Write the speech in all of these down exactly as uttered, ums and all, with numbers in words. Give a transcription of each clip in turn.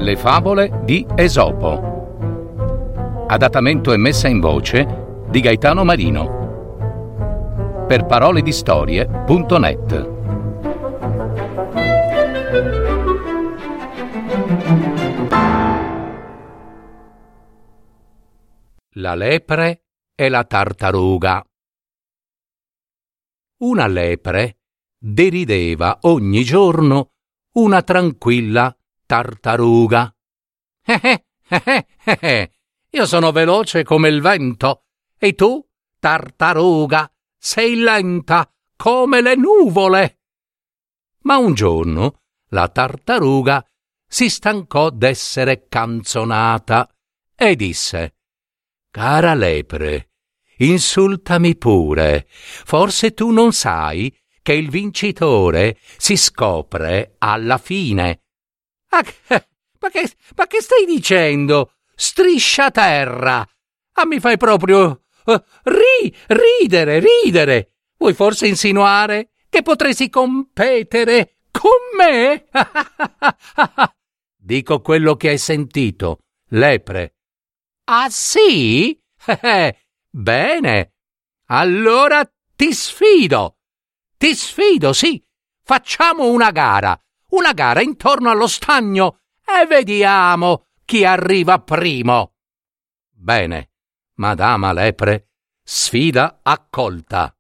Le favole di Esopo. Adattamento e messa in voce di Gaetano Marino. Per parole di storie punto net. La lepre e la tartaruga. Una lepre derideva ogni giorno una tranquilla tartaruga. Eh eh, eh eh eh, io sono veloce come il vento e tu, tartaruga, sei lenta come le nuvole. Ma un giorno la tartaruga si stancò d'essere canzonata e disse: «Cara lepre, insultami pure, forse tu non sai che il vincitore si scopre alla fine». Ah, ma, che, ma che stai dicendo? Striscia terra! Ah, mi fai proprio uh, ri, ridere, ridere! Vuoi forse insinuare che potresti competere con me? Dico quello che hai sentito, lepre. Ah, sì? Bene, allora ti sfido. Ti sfido, sì. Facciamo una gara. Una gara intorno allo stagno e vediamo chi arriva primo. Bene, Madama Lepre, sfida accolta.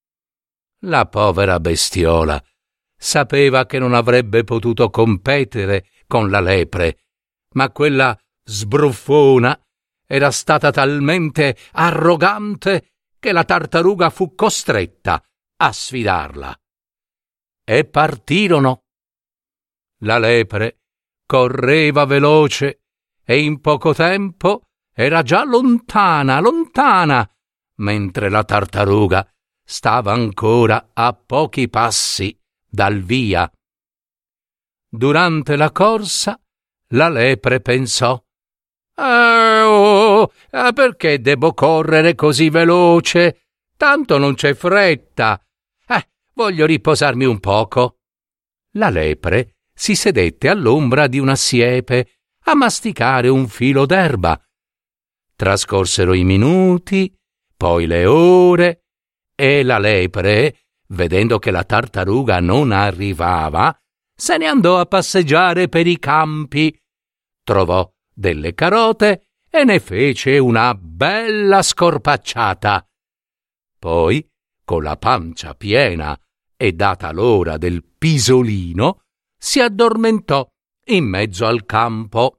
La povera bestiola sapeva che non avrebbe potuto competere con la lepre, ma quella sbruffona era stata talmente arrogante che la tartaruga fu costretta a sfidarla. E partirono. La lepre correva veloce e in poco tempo era già lontana, lontana, mentre la tartaruga stava ancora a pochi passi dal via. Durante la corsa, la lepre pensò: «Eh, oh, eh, perché devo correre così veloce? Tanto non c'è fretta. Eh, voglio riposarmi un poco». La lepre si sedette all'ombra di una siepe a masticare un filo d'erba. Trascorsero i minuti, poi le ore, e la lepre, vedendo che la tartaruga non arrivava, se ne andò a passeggiare per i campi. Trovò delle carote e ne fece una bella scorpacciata. Poi, con la pancia piena e data l'ora del pisolino, si addormentò in mezzo al campo.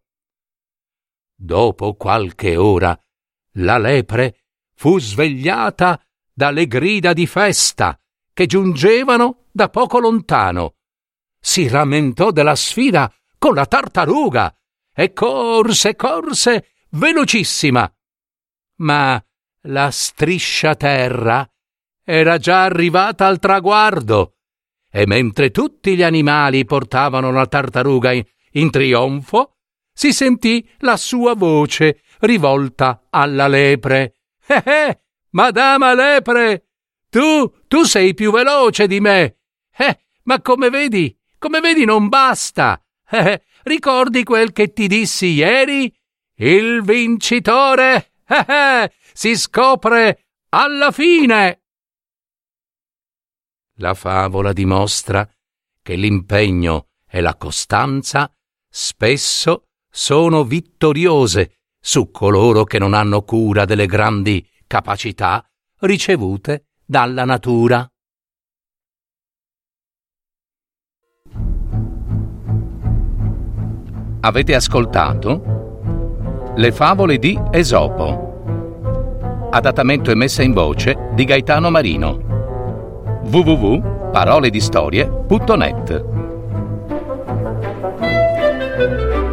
Dopo qualche ora, la lepre fu svegliata dalle grida di festa che giungevano da poco lontano. Si rammentò della sfida con la tartaruga e corse, corse, velocissima. Ma la striscia terra era già arrivata al traguardo, e mentre tutti gli animali portavano la tartaruga in, in trionfo, si sentì la sua voce rivolta alla lepre. «Eh eh, Madama Lepre, tu, tu sei più veloce di me. Eh, ma come vedi, come vedi non basta. Eh, ricordi quel che ti dissi ieri? Il vincitore eh, eh, si scopre alla fine». La favola dimostra che l'impegno e la costanza spesso sono vittoriose su coloro che non hanno cura delle grandi capacità ricevute dalla natura. Avete ascoltato Le favole di Esopo. Adattamento e messa in voce di Gaetano Marino. w w w punto parole di storie punto net